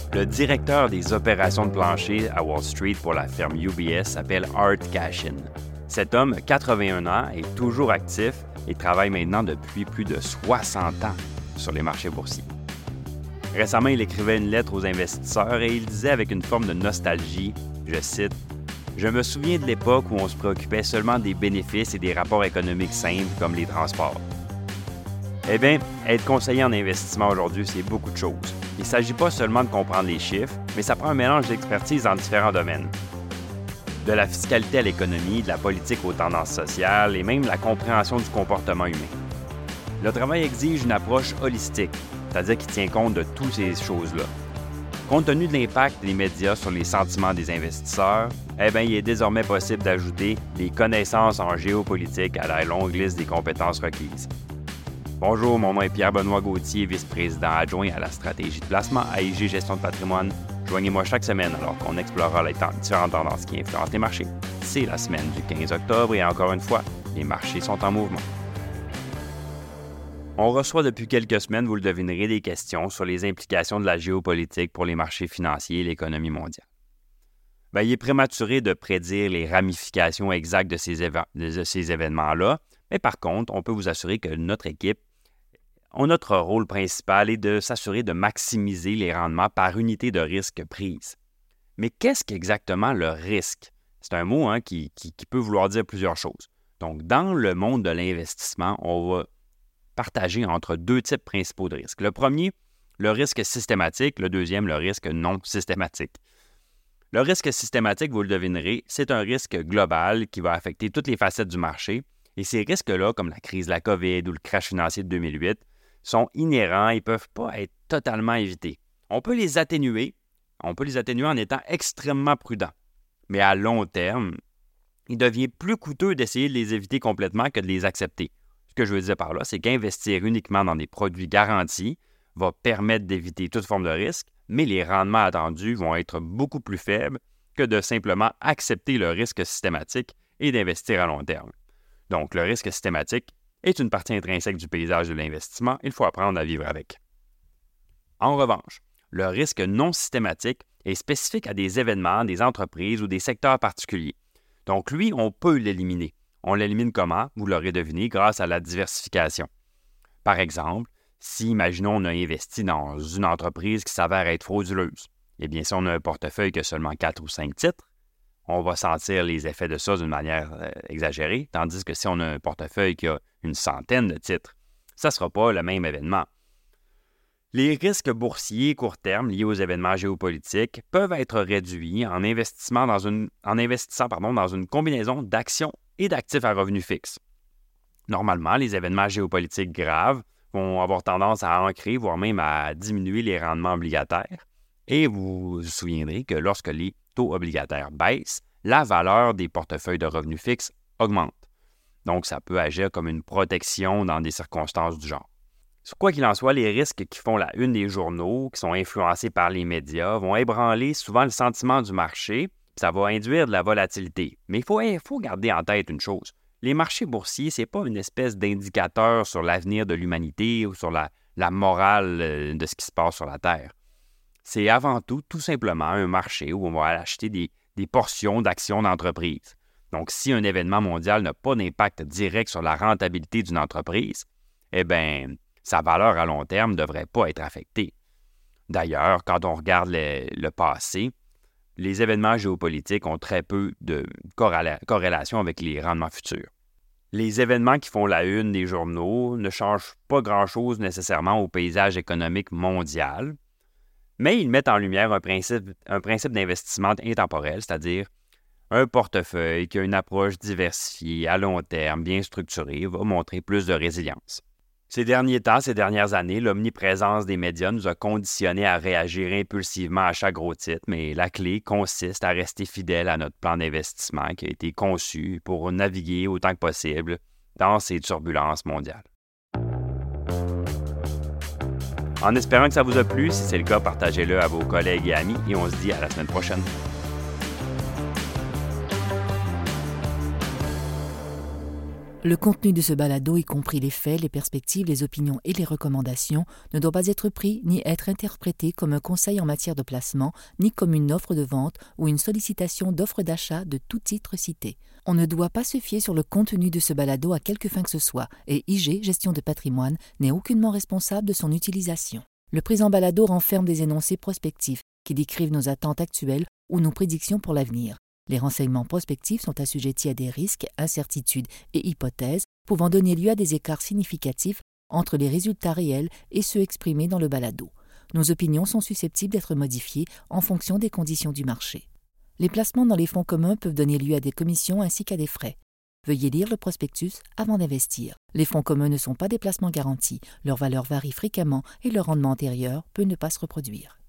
Le directeur des opérations de plancher à Wall Street pour la firme UBS s'appelle Art Cashin. Cet homme, 81 ans, est toujours actif et travaille maintenant depuis plus de 60 ans sur les marchés boursiers. Récemment, il écrivait une lettre aux investisseurs et il disait avec une forme de nostalgie, je cite, « Je me souviens de l'époque où on se préoccupait seulement des bénéfices et des rapports économiques simples comme les transports. » Eh bien, être conseiller en investissement aujourd'hui, c'est beaucoup de choses. Il ne s'agit pas seulement de comprendre les chiffres, mais ça prend un mélange d'expertise dans différents domaines. De la fiscalité à l'économie, de la politique aux tendances sociales et même la compréhension du comportement humain. Le travail exige une approche holistique, c'est-à-dire qui tient compte de toutes ces choses-là. Compte tenu de l'impact des médias sur les sentiments des investisseurs, eh bien, il est désormais possible d'ajouter des connaissances en géopolitique à la longue liste des compétences requises. Bonjour, mon nom est Pierre-Benoît Gauthier, vice-président adjoint à la stratégie de placement à IG Gestion de patrimoine. Joignez-moi chaque semaine alors qu'on explorera les différentes tendances qui influencent les marchés. C'est la semaine du 15 octobre et encore une fois, les marchés sont en mouvement. On reçoit depuis quelques semaines, vous le devinerez, des questions sur les implications de la géopolitique pour les marchés financiers et l'économie mondiale. Bien, il est prématuré de prédire les ramifications exactes de ces événements-là, mais par contre, on peut vous assurer que notre équipe, notre rôle principal est de s'assurer de maximiser les rendements par unité de risque prise. Mais qu'est-ce qu'exactement le risque? C'est un mot qui peut vouloir dire plusieurs choses. Donc, dans le monde de l'investissement, on va partager entre deux types principaux de risques. Le premier, le risque systématique. Le deuxième, le risque non systématique. Le risque systématique, vous le devinerez, c'est un risque global qui va affecter toutes les facettes du marché. Et ces risques-là, comme la crise de la COVID ou le crash financier de 2008, sont inhérents et ne peuvent pas être totalement évités. On peut les atténuer en étant extrêmement prudent. Mais à long terme, il devient plus coûteux d'essayer de les éviter complètement que de les accepter. Ce que je veux dire par là, c'est qu'investir uniquement dans des produits garantis va permettre d'éviter toute forme de risque, mais les rendements attendus vont être beaucoup plus faibles que de simplement accepter le risque systématique et d'investir à long terme. Donc, le risque systématique est une partie intrinsèque du paysage de l'investissement, il faut apprendre à vivre avec. En revanche, le risque non systématique est spécifique à des événements, des entreprises ou des secteurs particuliers. Donc, lui, on peut l'éliminer. On l'élimine comment? Vous l'aurez deviné, grâce à la diversification. Par exemple, si, imaginons, on a investi dans une entreprise qui s'avère être frauduleuse, eh bien, si on a un portefeuille qui a seulement 4 ou 5 titres, on va sentir les effets de ça d'une manière exagérée, tandis que si on a un portefeuille qui a une centaine de titres, ça ne sera pas le même événement. Les risques boursiers court terme liés aux événements géopolitiques peuvent être réduits en investissant dans une combinaison d'actions et d'actifs à revenus fixes. Normalement, les événements géopolitiques graves vont avoir tendance à ancrer, voire même à diminuer les rendements obligataires. Et vous vous souviendrez que lorsque les taux obligataires baissent, la valeur des portefeuilles de revenus fixes augmente. Donc, ça peut agir comme une protection dans des circonstances du genre. Quoi qu'il en soit, les risques qui font la une des journaux, qui sont influencés par les médias, vont ébranler souvent le sentiment du marché, ça va induire de la volatilité. Mais il faut garder en tête une chose. Les marchés boursiers, ce n'est pas une espèce d'indicateur sur l'avenir de l'humanité ou sur la morale de ce qui se passe sur la Terre. C'est avant tout simplement un marché où on va acheter des portions d'actions d'entreprise. Donc, si un événement mondial n'a pas d'impact direct sur la rentabilité d'une entreprise, eh bien, sa valeur à long terme ne devrait pas être affectée. D'ailleurs, quand on regarde le passé, les événements géopolitiques ont très peu de corrélation avec les rendements futurs. Les événements qui font la une des journaux ne changent pas grand-chose nécessairement au paysage économique mondial, mais ils mettent en lumière un principe d'investissement intemporel, c'est-à-dire un portefeuille qui a une approche diversifiée, à long terme, bien structurée, va montrer plus de résilience. Ces dernières années, l'omniprésence des médias nous a conditionnés à réagir impulsivement à chaque gros titre, mais la clé consiste à rester fidèle à notre plan d'investissement qui a été conçu pour naviguer autant que possible dans ces turbulences mondiales. En espérant que ça vous a plu, si c'est le cas, partagez-le à vos collègues et amis et on se dit à la semaine prochaine. Le contenu de ce balado, y compris les faits, les perspectives, les opinions et les recommandations, ne doit pas être pris ni être interprété comme un conseil en matière de placement, ni comme une offre de vente ou une sollicitation d'offre d'achat de tout titre cité. On ne doit pas se fier sur le contenu de ce balado à quelque fin que ce soit, et IG, Gestion de patrimoine, n'est aucunement responsable de son utilisation. Le présent balado renferme des énoncés prospectifs qui décrivent nos attentes actuelles ou nos prédictions pour l'avenir. Les renseignements prospectifs sont assujettis à des risques, incertitudes et hypothèses pouvant donner lieu à des écarts significatifs entre les résultats réels et ceux exprimés dans le balado. Nos opinions sont susceptibles d'être modifiées en fonction des conditions du marché. Les placements dans les fonds communs peuvent donner lieu à des commissions ainsi qu'à des frais. Veuillez lire le prospectus avant d'investir. Les fonds communs ne sont pas des placements garantis, leur valeur varie fréquemment et leur rendement antérieur peut ne pas se reproduire.